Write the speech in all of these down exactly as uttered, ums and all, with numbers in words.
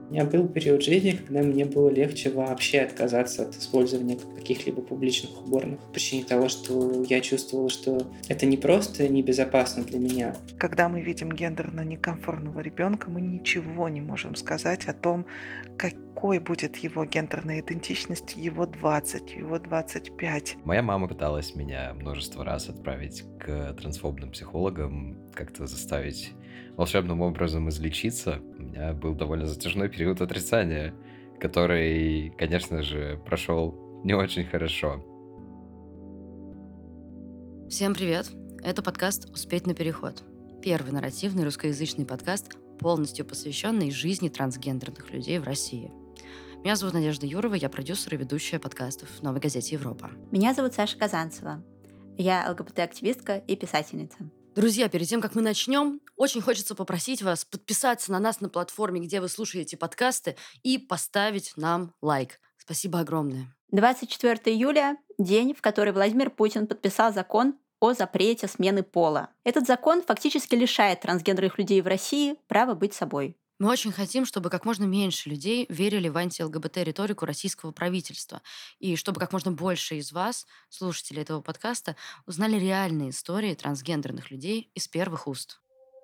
У меня был период жизни, когда мне было легче вообще отказаться от использования каких-либо публичных уборных. По причине того, что я чувствовал, что это не просто небезопасно для меня. Когда мы видим гендерно некомфортного ребенка, мы ничего не можем сказать о том, какой будет его гендерная идентичность в его двадцать, в его двадцать пять. Моя мама пыталась меня множество раз отправить к трансфобным психологам, как-то заставить волшебным образом излечиться. У меня был довольно затяжной период отрицания, который, конечно же, прошел не очень хорошо. Всем привет! Это подкаст «Успеть на переход». Первый нарративный русскоязычный подкаст, полностью посвященный жизни трансгендерных людей в России. Меня зовут Надежда Юрова, я продюсер и ведущая подкастов в «Новой газете Европа». Меня зовут Саша Казанцева. Я ЛГБТ-активистка и писательница. Друзья, перед тем, как мы начнем, очень хочется попросить вас подписаться на нас на платформе, где вы слушаете подкасты, и поставить нам лайк. Спасибо огромное. двадцать четвёртого июля – день, в который Владимир Путин подписал закон о запрете смены пола. Этот закон фактически лишает трансгендерных людей в России права быть собой. Мы очень хотим, чтобы как можно меньше людей верили в анти-ЛГБТ-риторику российского правительства, и чтобы как можно больше из вас, слушателей этого подкаста, узнали реальные истории трансгендерных людей из первых уст.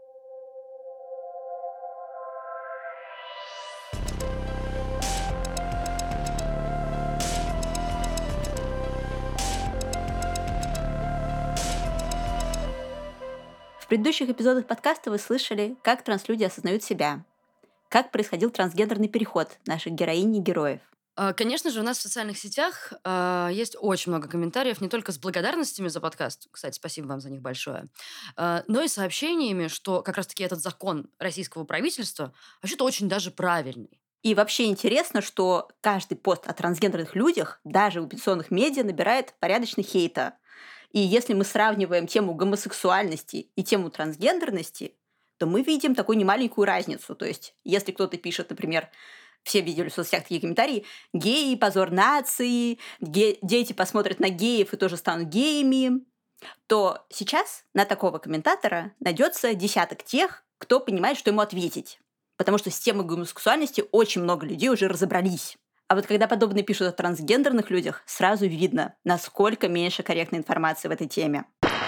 В предыдущих эпизодах подкаста вы слышали, как транслюди осознают себя, как происходил трансгендерный переход наших героинь и героев. Конечно же, у нас в социальных сетях э, есть очень много комментариев, не только с благодарностями за подкаст, кстати, спасибо вам за них большое, э, но и сообщениями, что как раз-таки этот закон российского правительства вообще-то очень даже правильный. И вообще интересно, что каждый пост о трансгендерных людях, даже в оппозиционных медиа, набирает порядочно хейта. И если мы сравниваем тему гомосексуальности и тему трансгендерности, то мы видим такую немаленькую разницу. То есть, если кто-то пишет, например, все видели в соцсетях такие комментарии: «Геи, позор нации», ге- «Дети посмотрят на геев и тоже станут геями», то сейчас на такого комментатора найдется десяток тех, кто понимает, что ему ответить. Потому что с темой гомосексуальности очень много людей уже разобрались. А вот когда подобные пишут о трансгендерных людях, сразу видно, насколько меньше корректной информации в этой теме.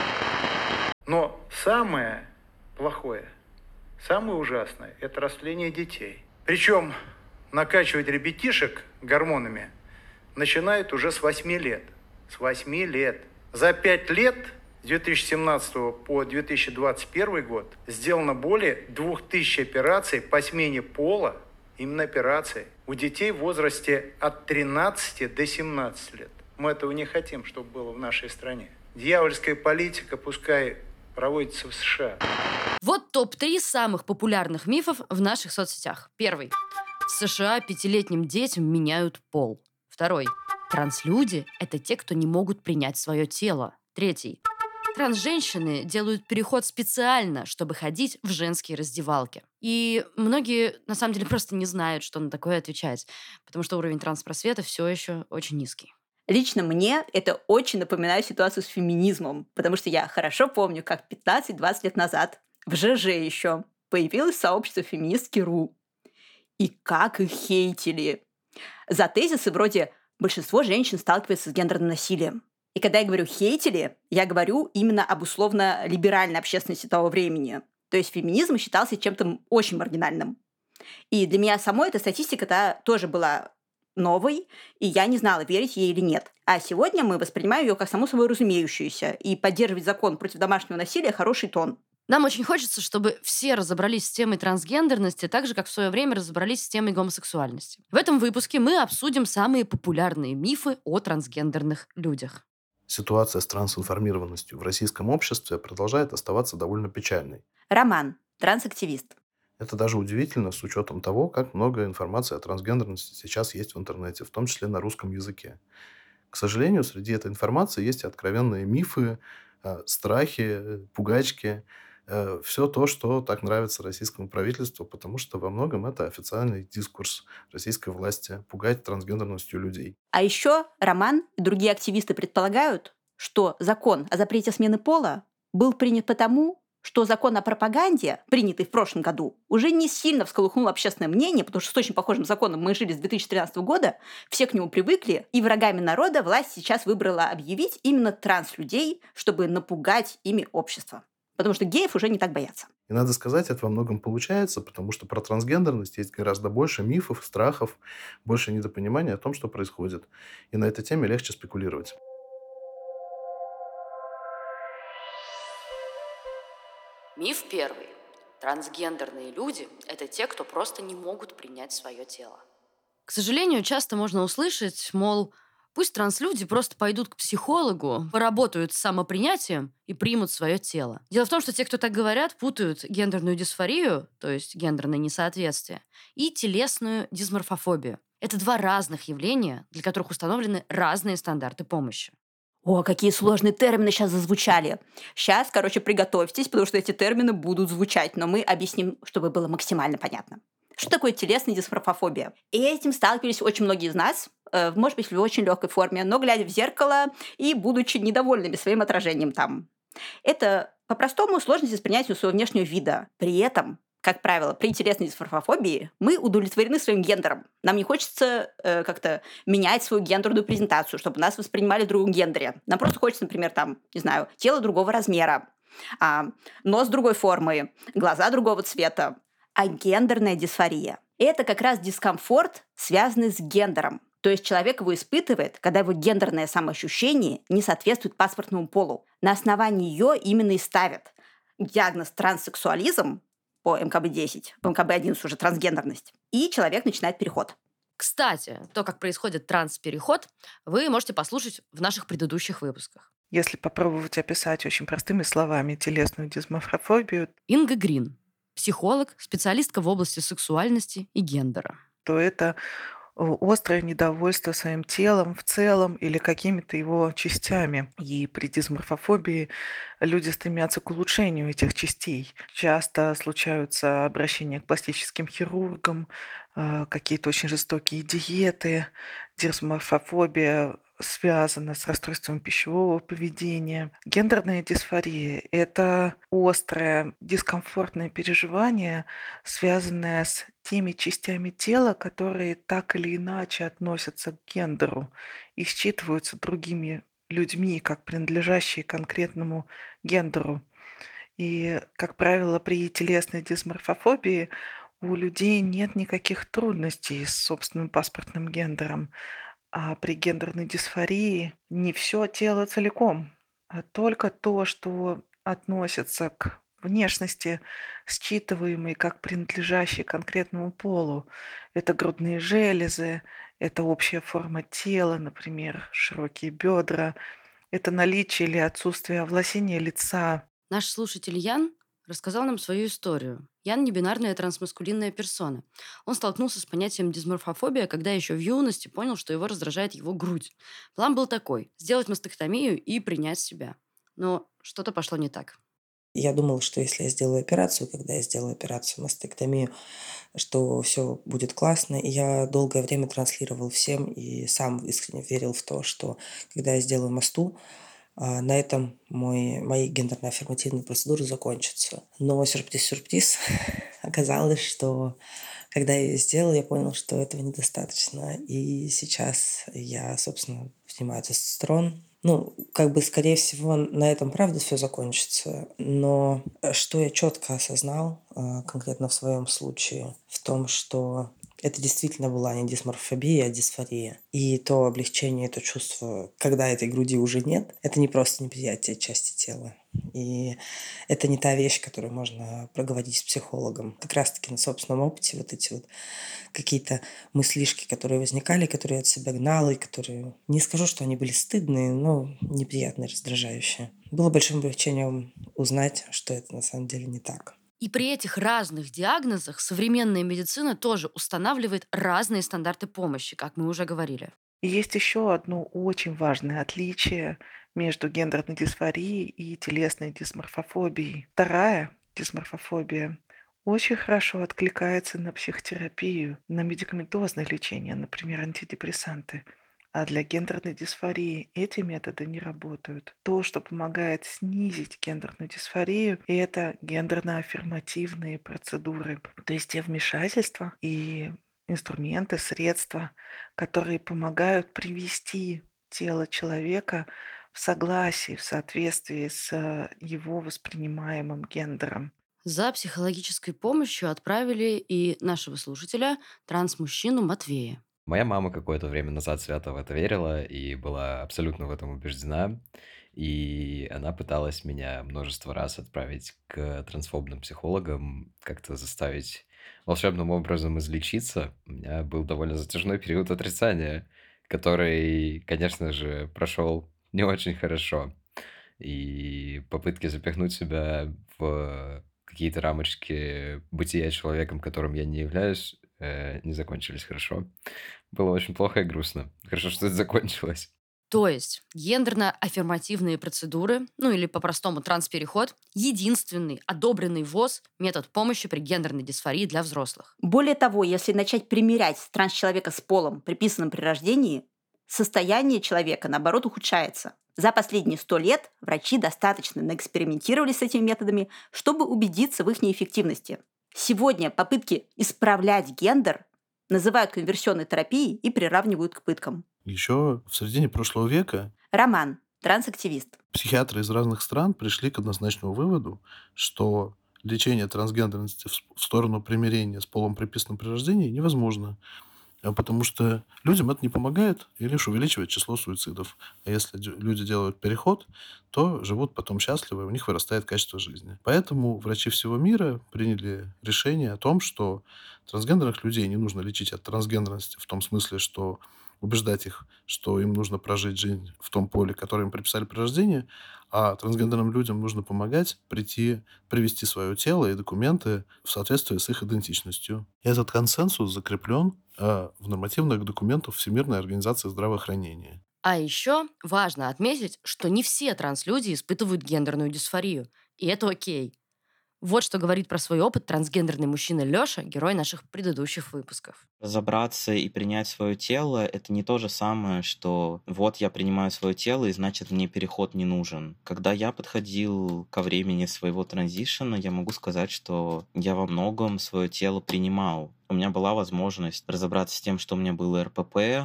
Но самое плохое, самое ужасное – это растление детей. Причем накачивать ребятишек гормонами начинают уже с восьми лет. С восьми лет. За пять лет, с две тысячи семнадцатого по две тысячи двадцать первый год, сделано более двух тысяч операций по смене пола, именно операций, у детей в возрасте от тринадцати до семнадцати лет. Мы этого не хотим, чтобы было в нашей стране. Дьявольская политика пускай проводится в США. Вот топ три самых популярных мифов в наших соцсетях. Первый. В США пятилетним детям меняют пол. Второй. Транслюди – это те, кто не могут принять свое тело. Третий. Трансженщины делают переход специально, чтобы ходить в женские раздевалки. И многие, на самом деле, просто не знают, что на такое отвечать, потому что уровень транспросвета все еще очень низкий. Лично мне это очень напоминает ситуацию с феминизмом, потому что я хорошо помню, как пятнадцать-двадцать лет назад в ЖЖ еще появилось сообщество феминистки точка ру. И как их хейтили за тезисы вроде «большинство женщин сталкивается с гендерным насилием». И когда я говорю «хейтили», я говорю именно об условно-либеральной общественности того времени. То есть феминизм считался чем-то очень маргинальным. И для меня самой эта статистика-то тоже была новой, и я не знала, верить ей или нет. А сегодня мы воспринимаем ее как само собой разумеющуюся, и поддерживать закон против домашнего насилия – хороший тон. Нам очень хочется, чтобы все разобрались с темой трансгендерности, так же, как в свое время разобрались с темой гомосексуальности. В этом выпуске мы обсудим самые популярные мифы о трансгендерных людях. Ситуация с трансинформированностью в российском обществе продолжает оставаться довольно печальной. Роман, трансактивист. Это даже удивительно с учетом того, как много информации о трансгендерности сейчас есть в интернете, в том числе на русском языке. К сожалению, среди этой информации есть и откровенные мифы, э, страхи, пугачки, э, все то, что так нравится российскому правительству, потому что во многом это официальный дискурс российской власти – пугать трансгендерностью людей. А еще Роман и другие активисты предполагают, что закон о запрете смены пола был принят потому, что закон о пропаганде, принятый в прошлом году, уже не сильно всколыхнул общественное мнение, потому что с очень похожим законом мы жили с две тысячи тринадцатого года, все к нему привыкли, и врагами народа власть сейчас выбрала объявить именно транслюдей, чтобы напугать ими общество. Потому что геев уже не так боятся. И надо сказать, это во многом получается, потому что про трансгендерность есть гораздо больше мифов, страхов, больше недопонимания о том, что происходит. И на этой теме легче спекулировать. Миф первый. Трансгендерные люди – это те, кто просто не могут принять свое тело. К сожалению, часто можно услышать, мол, пусть транслюди просто пойдут к психологу, поработают с самопринятием и примут свое тело. Дело в том, что те, кто так говорят, путают гендерную дисфорию, то есть гендерное несоответствие, и телесную дисморфофобию. Это два разных явления, для которых установлены разные стандарты помощи. О, какие сложные термины сейчас зазвучали. Сейчас, короче, приготовьтесь, потому что эти термины будут звучать, но мы объясним, чтобы было максимально понятно. Что такое телесная дисморфофобия? И этим сталкивались очень многие из нас, э, может быть, в очень легкой форме, но глядя в зеркало и будучи недовольными своим отражением там. Это, по-простому, сложность воспринятия своего внешнего вида. При этом, как правило, при телесной дисморфофобии мы удовлетворены своим гендером. Нам не хочется э, как-то менять свою гендерную презентацию, чтобы нас воспринимали в другом гендере. Нам просто хочется, например, там, не знаю, тело другого размера, а, нос другой формы, глаза другого цвета. А гендерная дисфория – это как раз дискомфорт, связанный с гендером. То есть человек его испытывает, когда его гендерное самоощущение не соответствует паспортному полу. На основании ее именно и ставят диагноз транссексуализм по эм ка бэ десять, по эм ка бэ одиннадцать уже трансгендерность, и человек начинает переход. Кстати, то, как происходит транспереход, вы можете послушать в наших предыдущих выпусках. Если попробовать описать очень простыми словами телесную дисморфофобию, Инга Грин, психолог, специалистка в области сексуальности и гендера. то это э, острое недовольство своим телом в целом или какими-то его частями. И при дисморфофобии люди стремятся к улучшению этих частей. Часто случаются обращения к пластическим хирургам, э, какие-то очень жестокие диеты. Дисморфофобия связана с расстройством пищевого поведения. Гендерная дисфория – это острое, дискомфортное переживание, связанное с теми частями тела, которые так или иначе относятся к гендеру и считываются другими людьми как принадлежащие конкретному гендеру. И, как правило, при телесной дисморфофобии у людей нет никаких трудностей с собственным паспортным гендером. А при гендерной дисфории не все тело целиком, а только то, что относится к внешности, считываемой как принадлежащей конкретному полу. Это грудные железы, это общая форма тела, например, широкие бедра, это наличие или отсутствие овласения лица. Наш слушатель Ян рассказал нам свою историю. Ян – небинарная трансмаскулинная персона. Он столкнулся с понятием дисморфофобия, когда еще в юности понял, что его раздражает его грудь. План был такой – сделать мастектомию и принять себя. Но что-то пошло не так. Я думала, что если я сделаю операцию, когда я сделаю операцию мастектомию, что все будет классно. И я долгое время транслировал всем и сам искренне верил в то, что когда я сделаю масту, а, на этом мой, мои гендерно-аффирмативные процедуры закончатся. Но сюрприз-сюрприз, оказалось, что когда я ее сделала, я понял, что этого недостаточно. И сейчас я, собственно, снимаю тестостерон. Ну, как бы, скорее всего, на этом, правда, все закончится. Но что я четко осознал, а, конкретно в своем случае, в том, что это действительно была не дисморфобия, а дисфория. И то облегчение, то чувство, когда этой груди уже нет, это не просто неприятие части тела. И это не та вещь, которую можно проговорить с психологом. Как раз-таки на собственном опыте вот эти вот какие-то мыслишки, которые возникали, которые я от себя гнала, и которые, не скажу, что они были стыдные, но неприятные, раздражающие. Было большим облегчением узнать, что это на самом деле не так. И при этих разных диагнозах современная медицина тоже устанавливает разные стандарты помощи, как мы уже говорили. И есть еще одно очень важное отличие между гендерной дисфорией и телесной дисморфофобией. Вторая дисморфофобия очень хорошо откликается на психотерапию, на медикаментозное лечение, например, антидепрессанты. А для гендерной дисфории эти методы не работают. То, что помогает снизить гендерную дисфорию, это гендерно-аффирмативные процедуры. То есть те вмешательства и инструменты, средства, которые помогают привести тело человека в согласии, в соответствии с э, его воспринимаемым гендером. За психологической помощью отправили и нашего слушателя, транс-мужчину Матвея. Моя мама какое-то время назад свято в это верила и была абсолютно в этом убеждена. И она пыталась меня множество раз отправить к трансфобным психологам, как-то заставить волшебным образом излечиться. У меня был довольно затяжной период отрицания, который, конечно же, прошел не очень хорошо. И попытки запихнуть себя в какие-то рамочки бытия человеком, которым я не являюсь, э, не закончились хорошо. Было очень плохо и грустно. Хорошо, что это закончилось. То есть гендерно-аффирмативные процедуры, ну или по-простому транспереход, единственный одобренный ВОЗ метод помощи при гендерной дисфории для взрослых. Более того, если начать примерять транс-человека с полом, приписанным при рождении, состояние человека, наоборот, ухудшается. За последние сто лет врачи достаточно наэкспериментировали с этими методами, чтобы убедиться в их неэффективности. Сегодня попытки исправлять гендер называют конверсионной терапией и приравнивают к пыткам. Еще в середине прошлого века Роман, трансактивист. психиатры из разных стран пришли к однозначному выводу, что лечение трансгендерности в с- в сторону примирения с полом, приписанным при рождении, невозможно. А Потому что людям это не помогает и лишь увеличивает число суицидов. А если дю- люди делают переход, то живут потом счастливо, и у них вырастает качество жизни. Поэтому врачи всего мира приняли решение о том, что трансгендерных людей не нужно лечить от трансгендерности в том смысле, что убеждать их, что им нужно прожить жизнь в том поле, которое им приписали при рождении, а трансгендерным людям нужно помогать прийти, привести свое тело и документы в соответствии с их идентичностью. И этот консенсус закреплен э, в нормативных документах Всемирной организации здравоохранения. А еще важно отметить, что не все транслюди испытывают гендерную дисфорию. И это окей. Вот что говорит про свой опыт трансгендерный мужчина Лёша, герой наших предыдущих выпусков. Разобраться и принять свое тело — это не то же самое, что вот я принимаю свое тело, и значит мне переход не нужен. Когда я подходил ко времени своего транзишена, я могу сказать, что я во многом свое тело принимал. У меня была возможность разобраться с тем, что у меня было эр пэ пэ,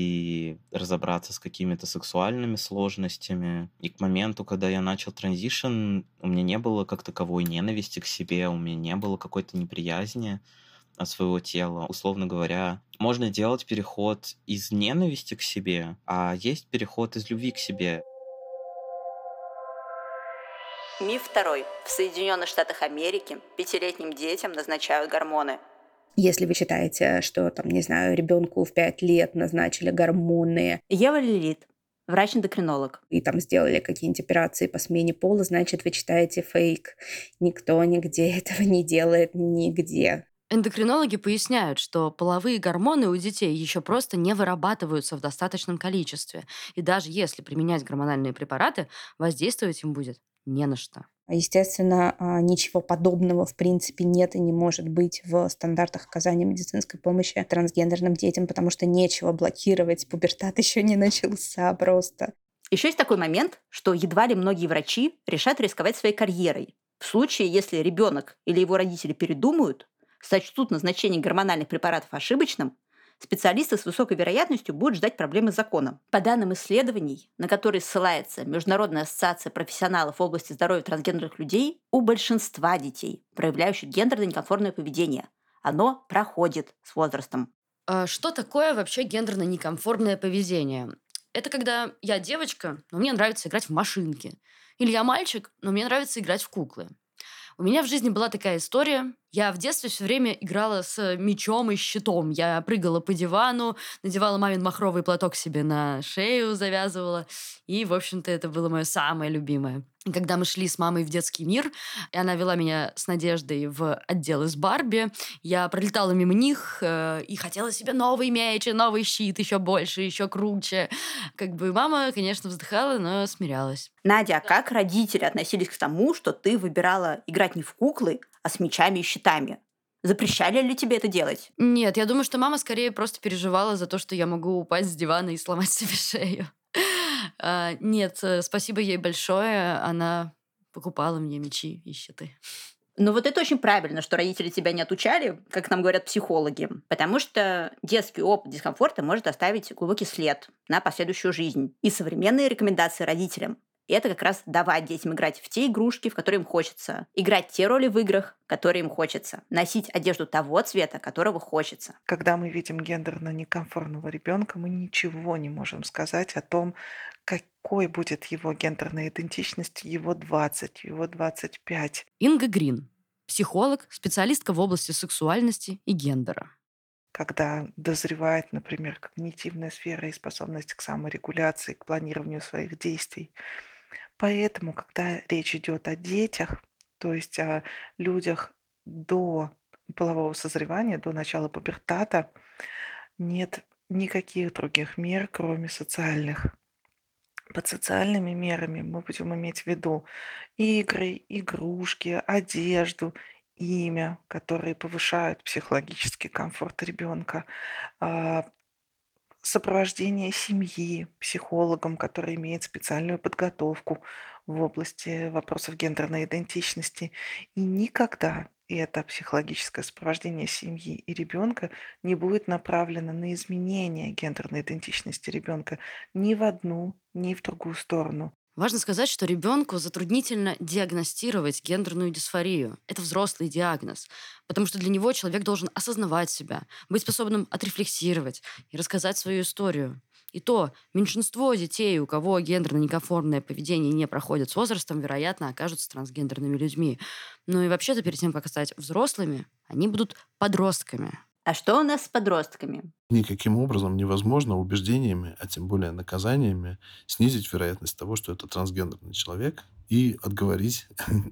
и разобраться с какими-то сексуальными сложностями. И к моменту, когда я начал транзишн, у меня не было как таковой ненависти к себе, у меня не было какой-то неприязни от своего тела. Условно говоря, можно делать переход из ненависти к себе, а есть переход из любви к себе. Миф второй. В Соединенных Штатах Америки пятилетним детям назначают гормоны. Если вы считаете, что, там, не знаю, ребенку в пять лет назначили гормоны Ева Лилит, врач-эндокринолог. и там сделали какие-нибудь операции по смене пола, значит, вы читаете фейк. Никто нигде этого не делает, нигде. Эндокринологи поясняют, что половые гормоны у детей еще просто не вырабатываются в достаточном количестве. И даже если применять гормональные препараты, воздействовать им будет не на что. Естественно, а, ничего подобного в принципе нет и не может быть в стандартах оказания медицинской помощи трансгендерным детям, потому что нечего блокировать, пубертат еще не начался просто. Еще есть такой момент, что едва ли многие врачи решат рисковать своей карьерой. В случае, если ребенок или его родители передумают, сочтут назначение гормональных препаратов ошибочным, специалисты с высокой вероятностью будут ждать проблемы с законом. По данным исследований, на которые ссылается Международная ассоциация профессионалов в области здоровья трансгендерных людей, у большинства детей, проявляющих гендерно неконформное поведение, оно проходит с возрастом. А что такое вообще гендерно некомфортное поведение? Это когда я девочка, но мне нравится играть в машинки. Или я мальчик, но мне нравится играть в куклы. У меня в жизни была такая история. Я в детстве все время играла с мечом и щитом. Я прыгала по дивану, надевала мамин махровый платок себе на шею, завязывала. И, в общем-то, это было мое самое любимое. И когда мы шли с мамой в детский мир, и она вела меня с Надеждой в отдел из Барби, я пролетала мимо них э, и хотела себе новый меч, и новый щит, еще больше, еще круче. Как бы мама, конечно, вздыхала, но смирялась. Надя, а как родители относились к тому, что ты выбирала играть не в куклы, а с мечами и щитами? Запрещали ли тебе это делать? Нет, я думаю, что мама скорее просто переживала за то, что я могу упасть с дивана и сломать себе шею. А, Нет, э, спасибо ей большое. Она покупала мне мечи и щиты. Ну вот это очень правильно, что родители тебя не отучали, как нам говорят психологи, потому что детский опыт дискомфорта может оставить глубокий след на последующую жизнь. И современные рекомендации родителям — это как раз давать детям играть в те игрушки, в которые им хочется, играть те роли в играх, которые им хочется, носить одежду того цвета, которого хочется. Когда мы видим гендерно некомфортного ребенка, мы ничего не можем сказать о том, какой будет его гендерная идентичность, его двадцать, его двадцать пять. Инга Грин, психолог, специалистка в области сексуальности и гендера. Когда дозревает, например, когнитивная сфера и способность к саморегуляции, к планированию своих действий. Поэтому, когда речь идет о детях, то есть о людях до полового созревания, до начала пубертата, нет никаких других мер, кроме социальных. Под социальными мерами мы будем иметь в виду игры, игрушки, одежду, имя, которые повышают психологический комфорт ребенка, а, сопровождение семьи психологом, который имеет специальную подготовку в области вопросов гендерной идентичности. И никогда это психологическое сопровождение семьи и ребенка не будет направлено на изменение гендерной идентичности ребенка ни в одну, ни в другую сторону. Важно сказать, что ребенку затруднительно диагностировать гендерную дисфорию. Это взрослый диагноз, потому что для него человек должен осознавать себя, быть способным отрефлексировать и рассказать свою историю. И то, меньшинство детей, у кого гендерно неконформное поведение не проходит с возрастом, вероятно, окажутся трансгендерными людьми. Ну и вообще-то перед тем, как стать взрослыми, они будут подростками. А что у нас с подростками? Никаким образом невозможно убеждениями, а тем более наказаниями, снизить вероятность того, что это трансгендерный человек, и отговорить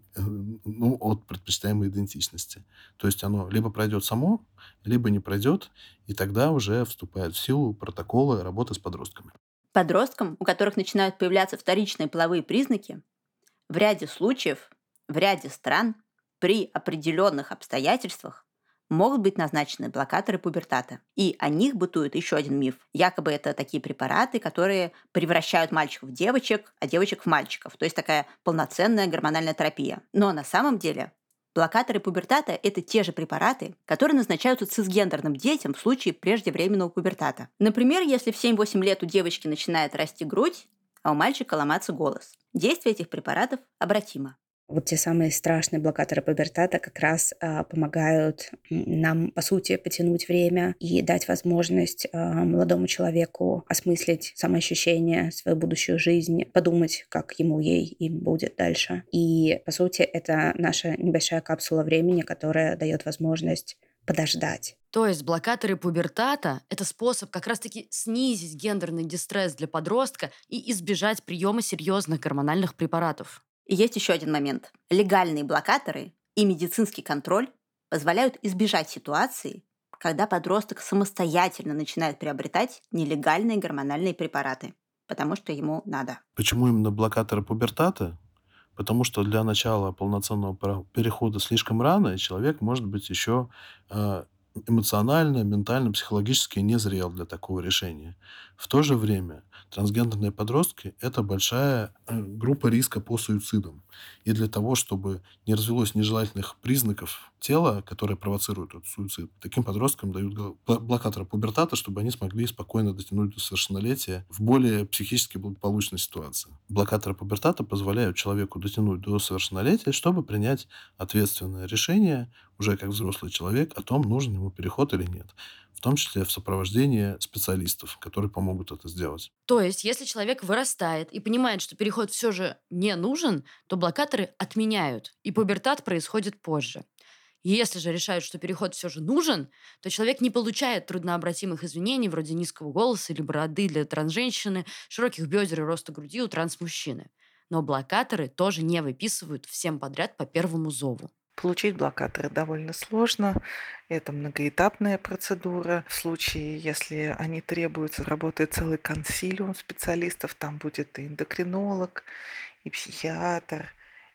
ну, от предпочитаемой идентичности. То есть оно либо пройдет само, либо не пройдет, и тогда уже вступают в силу протоколы работы с подростками. Подросткам, у которых начинают появляться вторичные половые признаки, в ряде случаев, в ряде стран, при определенных обстоятельствах могут быть назначены блокаторы пубертата. И о них бытует еще один миф. Якобы это такие препараты, которые превращают мальчиков в девочек, а девочек в мальчиков. То есть такая полноценная гормональная терапия. Но на самом деле блокаторы пубертата – это те же препараты, которые назначаются цисгендерным детям в случае преждевременного пубертата. Например, если в семь-восемь лет у девочки начинает расти грудь, а у мальчика ломаться голос. Действие этих препаратов обратимо. Вот те самые страшные блокаторы пубертата как раз а, помогают нам, по сути, потянуть время и дать возможность а, молодому человеку осмыслить самоощущение, свою будущую жизнь, подумать, как ему, ей им будет дальше. И, по сути, это наша небольшая капсула времени, которая дает возможность подождать. То есть блокаторы пубертата – это способ как раз-таки снизить гендерный дистресс для подростка и избежать приема серьезных гормональных препаратов. И есть еще один момент. Легальные блокаторы и медицинский контроль позволяют избежать ситуации, когда подросток самостоятельно начинает приобретать нелегальные гормональные препараты, потому что ему надо. Почему именно блокаторы пубертата? Потому что для начала полноценного пера- перехода слишком рано, и человек может быть еще э, эмоционально, ментально, психологически не зрел для такого решения. В то же время трансгендерные подростки – это большая э, группа риска по суицидам. И для того, чтобы не развелось нежелательных признаков тела, которые провоцируют этот суицид, таким подросткам дают гл- бл- блокаторы пубертата, чтобы они смогли спокойно дотянуть до совершеннолетия в более психически благополучной ситуации. Блокаторы пубертата позволяют человеку дотянуть до совершеннолетия, чтобы принять ответственное решение уже как взрослый человек о том, нужен ему переход или нет. В том числе в сопровождении специалистов, которые помогут это сделать. То есть, если человек вырастает и понимает, что переход все же не нужен, то блокаторы отменяют, и пубертат происходит позже. Если же решают, что переход все же нужен, то человек не получает труднообратимых изменений вроде низкого голоса или бороды для трансженщины, широких бедер и роста груди у трансмужчины. Но блокаторы тоже не выписывают всем подряд по первому зову. Получить блокаторы довольно сложно. Это многоэтапная процедура. В случае, если они требуются, работает целый консилиум специалистов. Там будет и эндокринолог, и психиатр,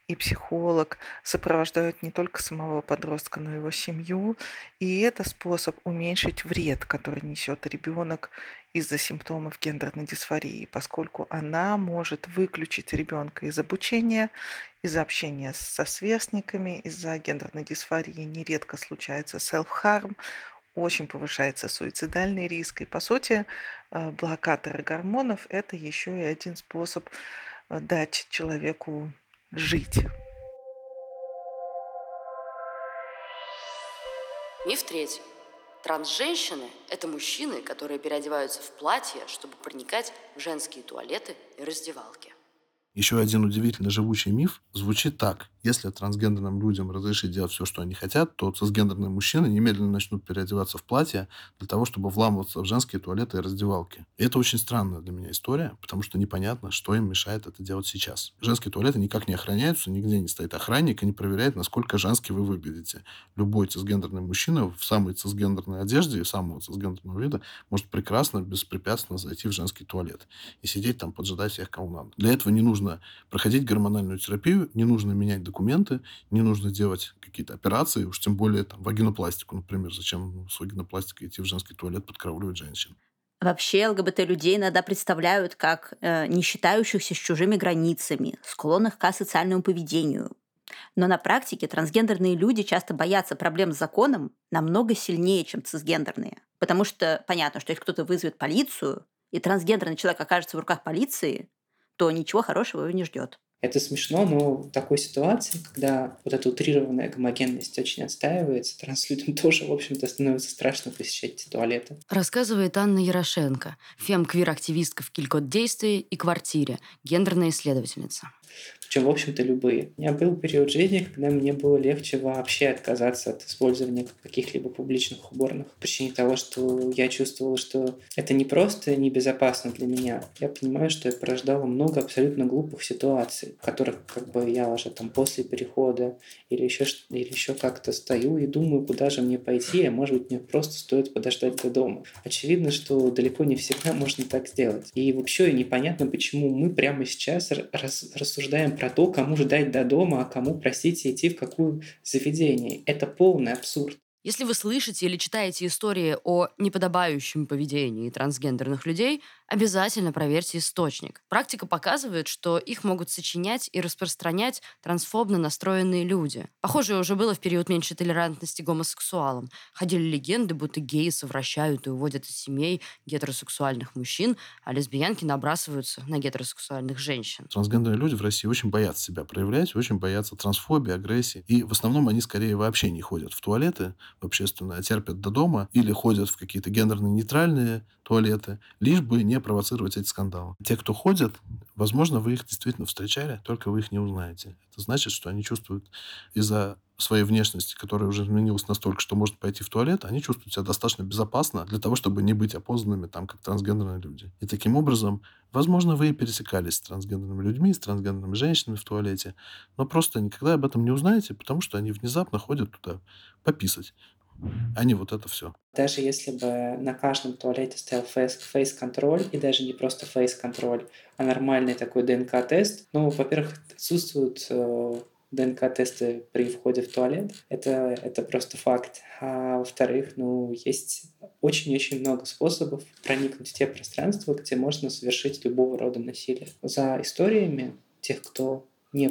и психолог сопровождают не только самого подростка, но и его семью. И это способ уменьшить вред, который несет ребенок из-за симптомов гендерной дисфории, поскольку она может выключить ребенка из обучения, из общения со сверстниками, из-за гендерной дисфории нередко случается self-harm, очень повышается суицидальный риск. И, по сути, э, блокаторы гормонов– это еще и один способ э, дать человеку жить. Миф третий. Трансженщины – это мужчины, которые переодеваются в платье, чтобы проникать в женские туалеты и раздевалки. Еще один удивительно живучий миф звучит так. Если трансгендерным людям разрешить делать все, что они хотят, то цисгендерные мужчины немедленно начнут переодеваться в платье для того, чтобы вламываться в женские туалеты и раздевалки. И это очень странная для меня история, потому что непонятно, что им мешает это делать сейчас. Женские туалеты никак не охраняются, нигде не стоит охранник и не проверяет, насколько женски вы выглядите. Любой цисгендерный мужчина в самой цисгендерной одежде и самого цисгендерного вида может прекрасно, беспрепятственно зайти в женский туалет и сидеть там, поджидать всех, кого надо. Для этого не нужно проходить гормональную терапию, не нужно менять документы, не нужно делать какие-то операции, уж тем более там, вагинопластику, например. Зачем с вагинопластикой идти в женский туалет подкарауливать женщин? Вообще ЛГБТ-людей иногда представляют как э, не считающихся с чужими границами, склонных к асоциальному поведению. Но на практике трансгендерные люди часто боятся проблем с законом намного сильнее, чем цисгендерные. Потому что понятно, что если кто-то вызовет полицию, и трансгендерный человек окажется в руках полиции, то ничего хорошего его не ждет. Это смешно, но в такой ситуации, когда вот эта утрированная гомогенность очень отстаивается, транслюдям тоже, в общем-то, становится страшно посещать эти туалеты. Рассказывает Анна Ярошенко, фем-квир-активистка в Килькот действии и квартире, гендерная исследовательница. Причем, в общем-то, любые. У меня был период жизни, когда мне было легче вообще отказаться от использования каких-либо публичных уборных. По причине того, что я чувствовала, что это не просто небезопасно для меня. Я понимаю, что я порождала много абсолютно глупых ситуаций, в которых как бы я уже там после перехода или еще, или еще как-то стою и думаю, куда же мне пойти, а может быть, мне просто стоит подождать до дома. Очевидно, что далеко не всегда можно так сделать. И вообще непонятно, почему мы прямо сейчас рас, рассуждаем про то, кому ждать до дома, а кому, простите, идти в какое заведение. Это полный абсурд. Если вы слышите или читаете истории о неподобающем поведении трансгендерных людей, обязательно проверьте источник. Практика показывает, что их могут сочинять и распространять трансфобно настроенные люди. Похоже, уже было в период меньшей толерантности гомосексуалам. Ходили легенды, будто геи совращают и уводят из семей гетеросексуальных мужчин, а лесбиянки набрасываются на гетеросексуальных женщин. Трансгендерные люди в России очень боятся себя проявлять, очень боятся трансфобии, агрессии. И в основном они скорее вообще не ходят в туалеты, в общественное, терпят до дома или ходят в какие-то гендерно-нейтральные туалеты, лишь бы не провоцировать эти скандалы. Те, кто ходят, возможно, вы их действительно встречали, только вы их не узнаете. Это значит, что они чувствуют из-за своей внешности, которая уже изменилась настолько, что может пойти в туалет, они чувствуют себя достаточно безопасно для того, чтобы не быть опознанными там, как трансгендерные люди. И таким образом, возможно, вы и пересекались с трансгендерными людьми, с трансгендерными женщинами в туалете, но просто никогда об этом не узнаете, потому что они внезапно ходят туда пописать, а не вот это все. Даже если бы на каждом туалете стоял фейс, фейс-контроль, и даже не просто фейс-контроль, а нормальный такой ДНК-тест, ну, во-первых, отсутствуют э, ДНК-тесты при входе в туалет. Это, это просто факт. А во-вторых, ну, есть очень-очень много способов проникнуть в те пространства, где можно совершить любого рода насилие. За историями тех, кто не...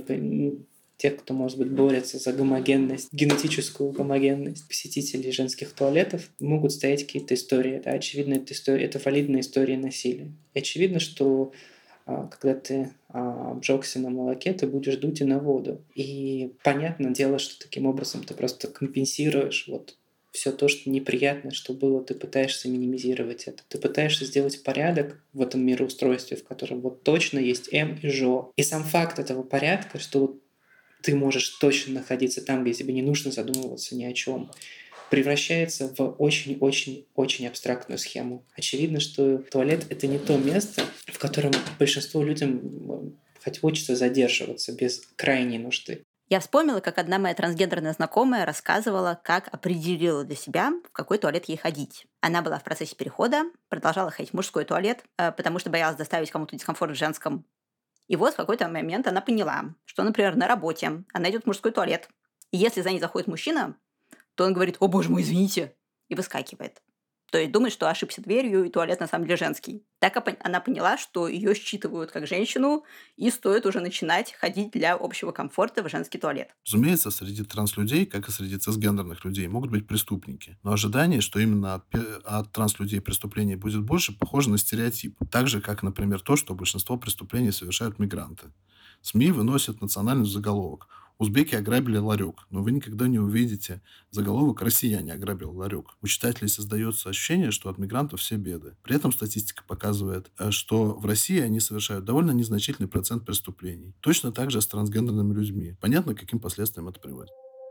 тех, кто, может быть, борется за гомогенность, генетическую гомогенность посетителей женских туалетов, могут стоять какие-то истории. Да? Очевидно, это, история, это валидная история насилия. И очевидно, что а, когда ты а, обжегся на молоке, ты будешь дуть и на воду. И понятное дело, что таким образом ты просто компенсируешь вот все то, что неприятно, что было, ты пытаешься минимизировать это. Ты пытаешься сделать порядок в этом мироустройстве, в котором вот точно есть М и Жо. И сам факт этого порядка, что вот ты можешь точно находиться там, где тебе не нужно задумываться ни о чем, превращается в очень-очень-очень абстрактную схему. Очевидно, что туалет — это не то место, в котором большинству людям хоть хочется задерживаться без крайней нужды. Я вспомнила, как одна моя трансгендерная знакомая рассказывала, как определила для себя, в какой туалет ей ходить. Она была в процессе перехода, продолжала ходить в мужской туалет, потому что боялась доставить кому-то дискомфорт в женском, И вот в какой-то момент она поняла, что, например, на работе она идет в мужской туалет. И если за ней заходит мужчина, то он говорит: «О, боже мой, извините», и выскакивает. То есть думает, что ошибся дверью, и туалет на самом деле женский. Так опо- она поняла, что ее считывают как женщину, и стоит уже начинать ходить для общего комфорта в женский туалет. Разумеется, среди транслюдей, как и среди цисгендерных людей, могут быть преступники. Но ожидание, что именно от, пе- от транслюдей преступлений будет больше, похоже на стереотип. Так же, как, например, то, что большинство преступлений совершают мигранты. СМИ выносят национальный заголовок: узбеки ограбили ларек, но вы никогда не увидите заголовок «Россияне ограбили ларек». У читателей создается ощущение, что от мигрантов все беды. При этом статистика показывает, э, что в России они совершают довольно незначительный процент преступлений. Точно так же с трансгендерными людьми. Понятно, к каким последствиям это приводит.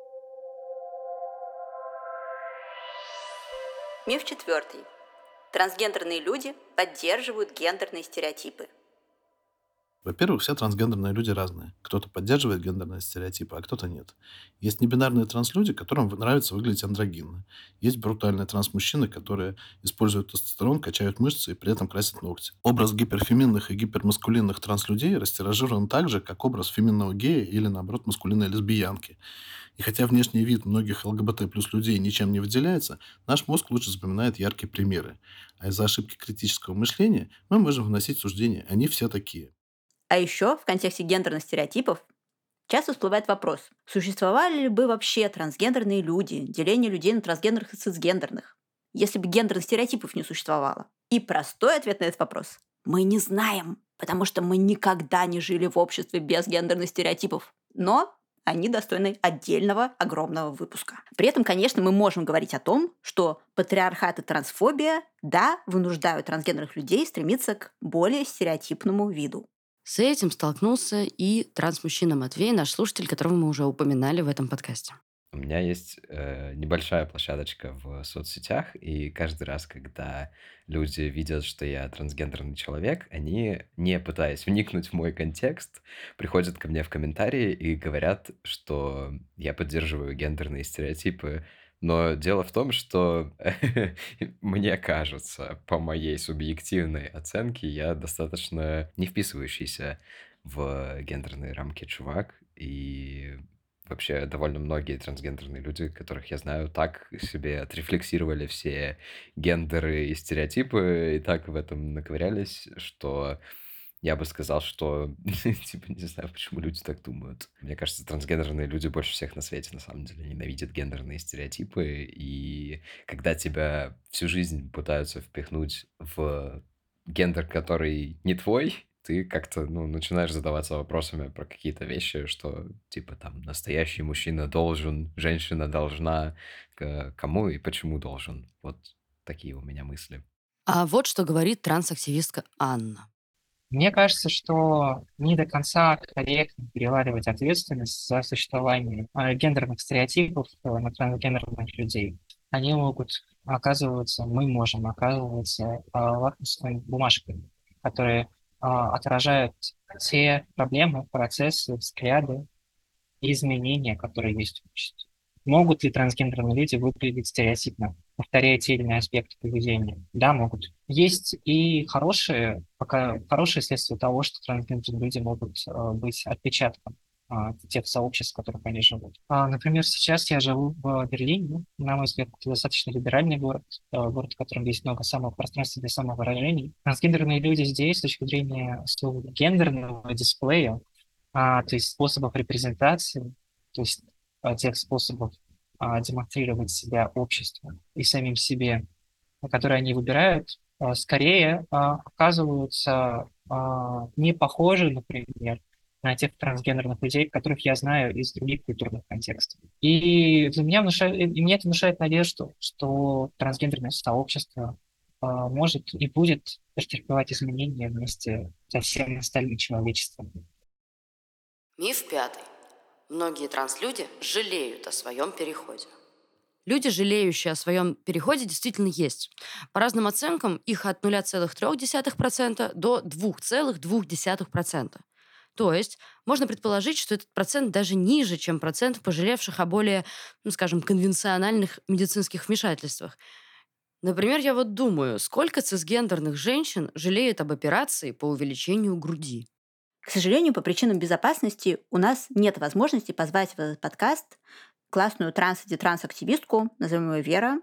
Миф четвертый. Трансгендерные люди поддерживают гендерные стереотипы. Во-первых, все трансгендерные люди разные. Кто-то поддерживает гендерные стереотипы, а кто-то нет. Есть небинарные транслюди, которым нравится выглядеть андрогинно. Есть брутальные трансмужчины, которые используют тестостерон, качают мышцы и при этом красят ногти. Образ гиперфеминных и гипермаскулинных транслюдей растиражирован так же, как образ феминного гея или, наоборот, маскулинной лесбиянки. И хотя внешний вид многих ЛГБТ плюс людей ничем не выделяется, наш мозг лучше запоминает яркие примеры. А из-за ошибки критического мышления мы можем вносить суждения: они все такие. А еще в контексте гендерных стереотипов часто всплывает вопрос, существовали ли бы вообще трансгендерные люди, деление людей на трансгендерных и цисгендерных, если бы гендерных стереотипов не существовало? И простой ответ на этот вопрос – мы не знаем, потому что мы никогда не жили в обществе без гендерных стереотипов. Но они достойны отдельного огромного выпуска. При этом, конечно, мы можем говорить о том, что патриархат и трансфобия, да, вынуждают трансгендерных людей стремиться к более стереотипному виду. С этим столкнулся и трансмужчина Матвей, наш слушатель, которого мы уже упоминали в этом подкасте. У меня есть э, небольшая площадочка в соцсетях, и каждый раз, когда люди видят, что я трансгендерный человек, они, не пытаясь вникнуть в мой контекст, приходят ко мне в комментарии и говорят, что я поддерживаю гендерные стереотипы. Но дело в том, что мне кажется, по моей субъективной оценке, я достаточно не вписывающийся в гендерные рамки чувак, и вообще довольно многие трансгендерные люди, которых я знаю, так себе отрефлексировали все гендеры и стереотипы, и так в этом наковырялись, что я бы сказал, что, типа, не знаю, почему люди так думают. Мне кажется, трансгендерные люди больше всех на свете, на самом деле, ненавидят гендерные стереотипы, и когда тебя всю жизнь пытаются впихнуть в гендер, который не твой, ты как-то, ну, начинаешь задаваться вопросами про какие-то вещи, что, типа, там, настоящий мужчина должен, женщина должна, к- кому и почему должен. Вот такие у меня мысли. А вот что говорит трансактивистка Анна. Мне кажется, что не до конца корректно переваривать ответственность за существование э, гендерных стереотипов э, на трансгендерных людей. Они могут оказываться, мы можем оказываться э, лакмусовой бумажкой, которые э, отражают те проблемы, процессы, взгляды и изменения, которые есть в обществе. Могут ли трансгендерные люди выглядеть стереотипно, повторяя те или иные аспекты поведения? Да, могут. Есть и хорошие, пока хорошие следствия того, что трансгендерные люди могут э, быть отпечатком э, тех сообществ, в которых они живут. А, например, сейчас я живу в Берлине. На мой взгляд, это достаточно либеральный город, э, город, в котором есть много самого пространства для самовыражений. Трансгендерные люди здесь, с точки зрения своего гендерного дисплея, а, то есть способов репрезентации, то есть а, тех способов а, демонстрировать себя обществу и самим себе, а, которые они выбирают, а, скорее а, оказываются а, не похожи, например, на тех трансгендерных людей, которых я знаю из других культурных контекстов. И для меня внушает, и мне это внушает надежду, что трансгендерное сообщество а, может и будет претерпевать изменения вместе со всем остальным человечеством. Миф пятый. Многие транслюди жалеют о своем переходе. Люди, жалеющие о своем переходе, действительно есть. По разным оценкам, их от ноль целых три десятых процента до два целых две десятых процента. То есть можно предположить, что этот процент даже ниже, чем процент пожалевших о более, ну, скажем, конвенциональных медицинских вмешательствах. Например, я вот думаю, сколько цисгендерных женщин жалеют об операции по увеличению груди? К сожалению, по причинам безопасности у нас нет возможности позвать в этот подкаст классную транс- и детранс-активистку, назовем ее Вера,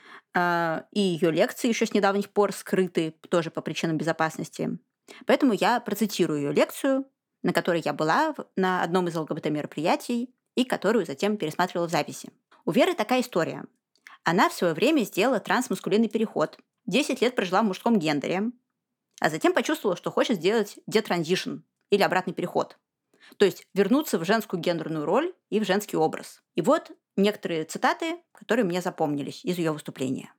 а, и ее лекции еще с недавних пор скрыты тоже по причинам безопасности. Поэтому я процитирую ее лекцию, на которой я была в- на одном из ЛГБТ-мероприятий и которую затем пересматривала в записи. У Веры такая история. Она в свое время сделала трансмаскулинный переход, десять лет прожила в мужском гендере, а затем почувствовала, что хочет сделать детранзишн или обратный переход. То есть вернуться в женскую гендерную роль и в женский образ. И вот некоторые цитаты, которые мне запомнились из ее выступления.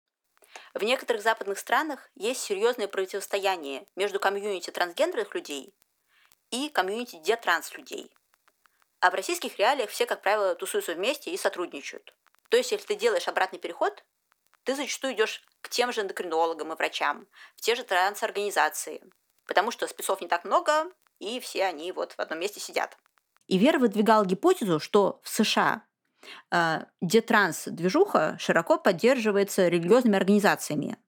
В некоторых западных странах есть серьезное противостояние между комьюнити трансгендерных людей и комьюнити детранс-людей. А в российских реалиях все, как правило, тусуются вместе и сотрудничают. То есть, если ты делаешь обратный переход, ты зачастую идешь к тем же эндокринологам и врачам, в те же трансорганизации, потому что спецов не так много, и все они вот в одном месте сидят. И Вера выдвигала гипотезу, что в США э, детранс-движуха широко поддерживается религиозными организациями,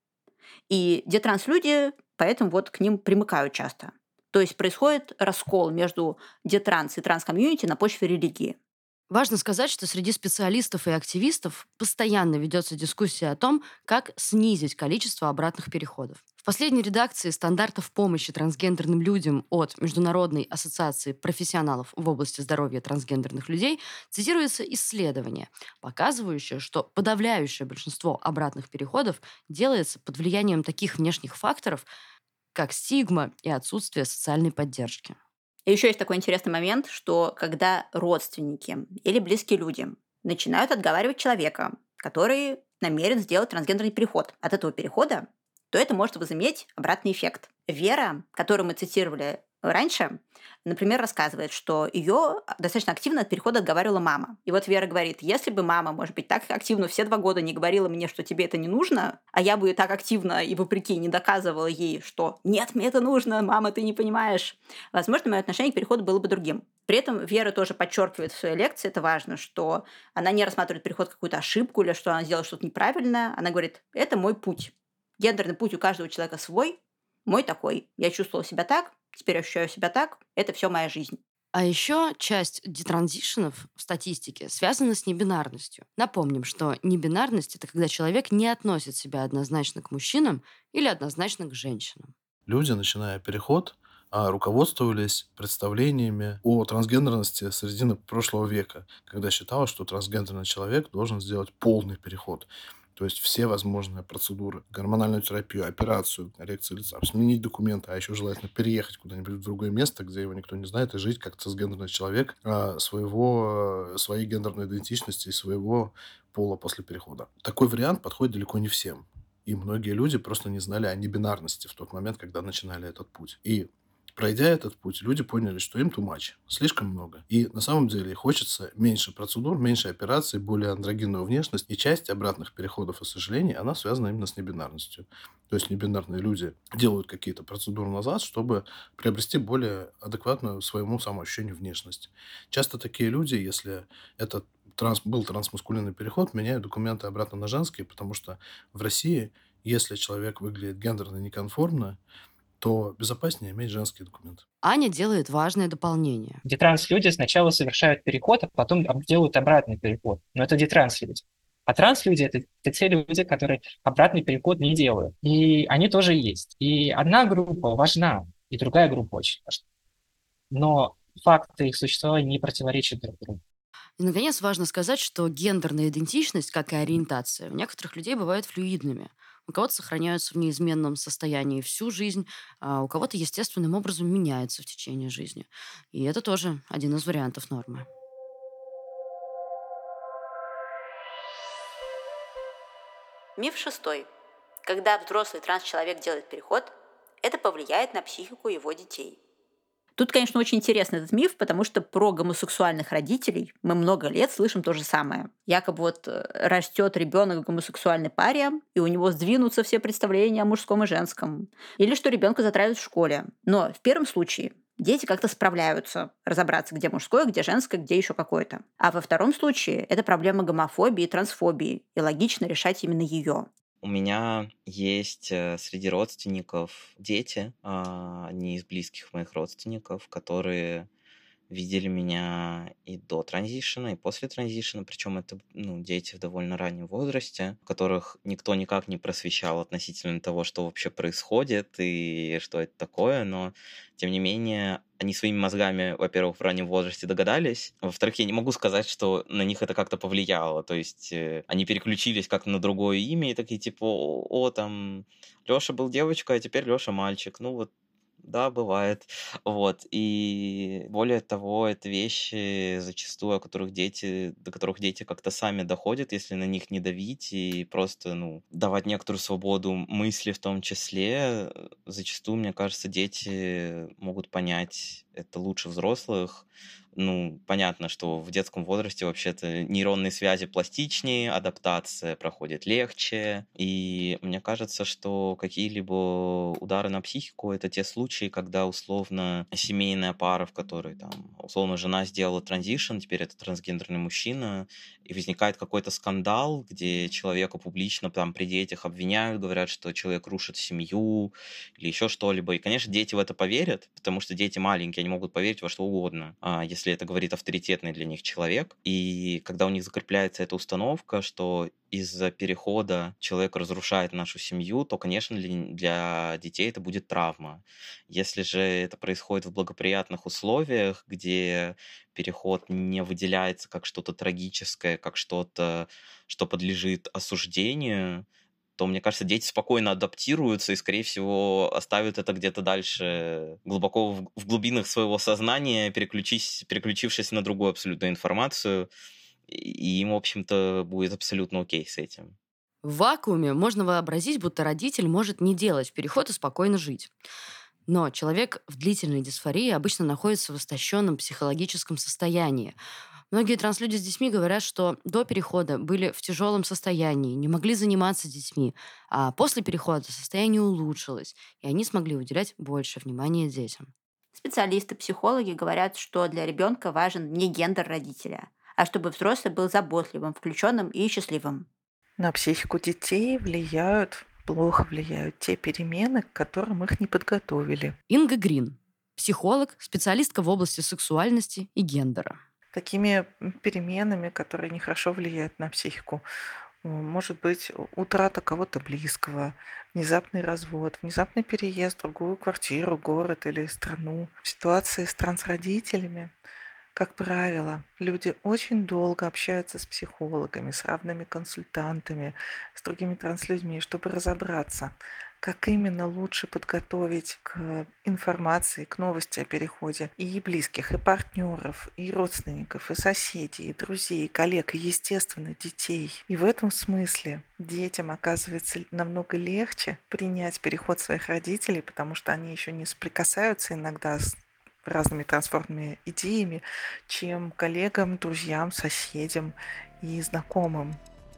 и детранс-люди поэтому вот к ним примыкают часто. То есть происходит раскол между детранс и транс-комьюнити на почве религии. Важно сказать, что среди специалистов и активистов постоянно ведется дискуссия о том, как снизить количество обратных переходов. В последней редакции стандартов помощи трансгендерным людям от Международной ассоциации профессионалов в области здоровья трансгендерных людей цитируется исследование, показывающее, что подавляющее большинство обратных переходов делается под влиянием таких внешних факторов, как стигма и отсутствие социальной поддержки. И еще есть такой интересный момент, что когда родственники или близкие люди начинают отговаривать человека, который намерен сделать трансгендерный переход от этого перехода, то это может возыметь обратный эффект. Вера, которую мы цитировали раньше, например, рассказывает, что ее достаточно активно от перехода отговаривала мама. И вот Вера говорит, если бы мама, может быть, так активно все два года не говорила мне, что тебе это не нужно, а я бы так активно и вопреки не доказывала ей, что нет, мне это нужно, мама, ты не понимаешь, возможно, мое отношение к переходу было бы другим. При этом Вера тоже подчеркивает в своей лекции, это важно, что она не рассматривает переход как какую-то ошибку или что она сделала что-то неправильное. Она говорит, это мой путь. Гендерный путь у каждого человека свой, мой такой. Я чувствовала себя так, теперь ощущаю себя так, это все моя жизнь. А еще часть детранзишенов в статистике связана с небинарностью. Напомним, что небинарность — это когда человек не относит себя однозначно к мужчинам или однозначно к женщинам. Люди, начиная переход, а, руководствовались представлениями о трансгендерности с середины прошлого века, когда считалось, что трансгендерный человек должен сделать полный переход. То есть все возможные процедуры, гормональную терапию, операцию, коррекцию лица, сменить документы, а еще желательно переехать куда-нибудь в другое место, где его никто не знает, и жить как трансгендерный человек а, своего, своей гендерной идентичности и своего пола после перехода. Такой вариант подходит далеко не всем. И многие люди просто не знали о небинарности в тот момент, когда начинали этот путь. И пройдя этот путь, люди поняли, что им too much, слишком много. И на самом деле хочется меньше процедур, меньше операций, более андрогинную внешность. И часть обратных переходов и сожалений, она связана именно с небинарностью. То есть небинарные люди делают какие-то процедуры назад, чтобы приобрести более адекватную своему самоощущению внешность. Часто такие люди, если это транс, был трансмаскулинный переход, меняют документы обратно на женские, потому что в России, если человек выглядит гендерно неконформно, то безопаснее иметь женские документы. Аня делает важное дополнение. Детранс-люди сначала совершают переход, а потом об- делают обратный переход. Но это детранс-люди. А транс-люди — это, это те люди, которые обратный переход не делают. И они тоже есть. И одна группа важна, и другая группа очень важна. Но факты их существования не противоречат друг другу. И, наконец, важно сказать, что гендерная идентичность, как и ориентация, у некоторых людей бывают флюидными. У кого-то сохраняются в неизменном состоянии всю жизнь, а у кого-то естественным образом меняется в течение жизни. И это тоже один из вариантов нормы. Миф шестой. Когда взрослый транс-человек делает переход, это повлияет на психику его детей. Тут, конечно, очень интересный этот миф, потому что про гомосексуальных родителей мы много лет слышим то же самое. Якобы вот растет ребенок в гомосексуальной паре, и у него сдвинутся все представления о мужском и женском. Или что ребенка затравят в школе. Но в первом случае дети как-то справляются разобраться, где мужское, где женское, где еще какое-то. А во втором случае это проблема гомофобии и трансфобии, и логично решать именно ее. У меня есть э, среди родственников дети, а, одни из близких моих родственников, которые видели меня и до транзишена, и после транзишена, причем это ну, дети в довольно раннем возрасте, которых никто никак не просвещал относительно того, что вообще происходит и что это такое, но тем не менее они своими мозгами, во-первых, в раннем возрасте догадались, во-вторых, я не могу сказать, что на них это как-то повлияло, то есть э, они переключились как-то на другое имя и такие типа, о, о, там, Лёша был девочкой, а теперь Лёша мальчик, ну вот. Да, бывает. Вот. И более того, это вещи зачастую, о которых дети, до которых дети как-то сами доходят, если на них не давить и просто, ну, давать некоторую свободу мысли в том числе. Зачастую, мне кажется, дети могут понять это лучше взрослых. Ну, понятно, что в детском возрасте вообще-то нейронные связи пластичнее, адаптация проходит легче. И мне кажется, что какие-либо удары на психику — это те случаи, когда условно семейная пара, в которой там условно жена сделала транзишн, теперь это трансгендерный мужчина, и возникает какой-то скандал, где человека публично там при детях обвиняют, говорят, что человек рушит семью или еще что-либо. И, конечно, дети в это поверят, потому что дети маленькие, они могут поверить во что угодно, а, если это говорит авторитетный для них человек. И когда у них закрепляется эта установка, что из-за перехода человек разрушает нашу семью, то, конечно, для, для детей это будет травма. Если же это происходит в благоприятных условиях, где переход не выделяется как что-то трагическое, как что-то, что подлежит осуждению, то, мне кажется, дети спокойно адаптируются и, скорее всего, оставят это где-то дальше, глубоко в, в глубинах своего сознания, переключись, переключившись на другую абсолютную информацию, и им, в общем-то, будет абсолютно окей с этим. В вакууме можно вообразить, будто родитель может не делать переход и спокойно жить. Но человек в длительной дисфории обычно находится в истощенном психологическом состоянии. Многие транслюди с детьми говорят, что до перехода были в тяжелом состоянии, не могли заниматься детьми, а после перехода состояние улучшилось, и они смогли уделять больше внимания детям. Специалисты, психологи говорят, что для ребенка важен не гендер родителя, а чтобы взрослый был заботливым, включенным и счастливым. На психику детей влияют, плохо влияют те перемены, к которым их не подготовили. Инга Грин, психолог, специалистка в области сексуальности и гендера. Такими переменами, которые нехорошо влияют на психику, может быть утрата кого-то близкого, внезапный развод, внезапный переезд в другую квартиру, город или страну. В ситуации с трансродителями, как правило, люди очень долго общаются с психологами, с равными консультантами, с другими транслюдьми, чтобы разобраться, как именно лучше подготовить к информации, к новости о переходе и близких, и партнеров, и родственников, и соседей, и друзей, и коллег, и, естественно, детей. И в этом смысле детям оказывается намного легче принять переход своих родителей, потому что они еще не соприкасаются иногда с разными трансформными идеями, чем коллегам, друзьям, соседям и знакомым.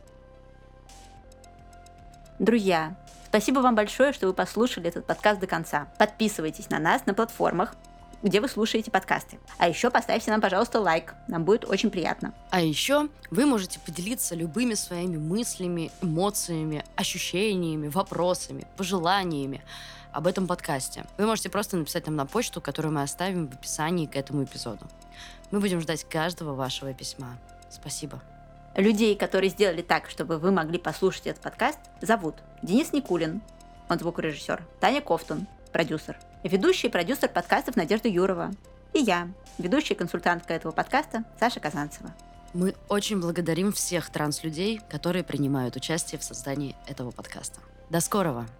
Друзья, спасибо вам большое, что вы послушали этот подкаст до конца. Подписывайтесь на нас на платформах, где вы слушаете подкасты. А еще поставьте нам, пожалуйста, лайк. Нам будет очень приятно. А еще вы можете поделиться любыми своими мыслями, эмоциями, ощущениями, вопросами, пожеланиями об этом подкасте. Вы можете просто написать нам на почту, которую мы оставим в описании к этому эпизоду. Мы будем ждать каждого вашего письма. Спасибо. Людей, которые сделали так, чтобы вы могли послушать этот подкаст, зовут Денис Никулин, он звукорежиссер, Таня Ковтун, продюсер, ведущий и продюсер подкастов Надежда Юрова, и я, ведущая консультантка этого подкаста Саша Казанцева. Мы очень благодарим всех транслюдей, которые принимают участие в создании этого подкаста. До скорого!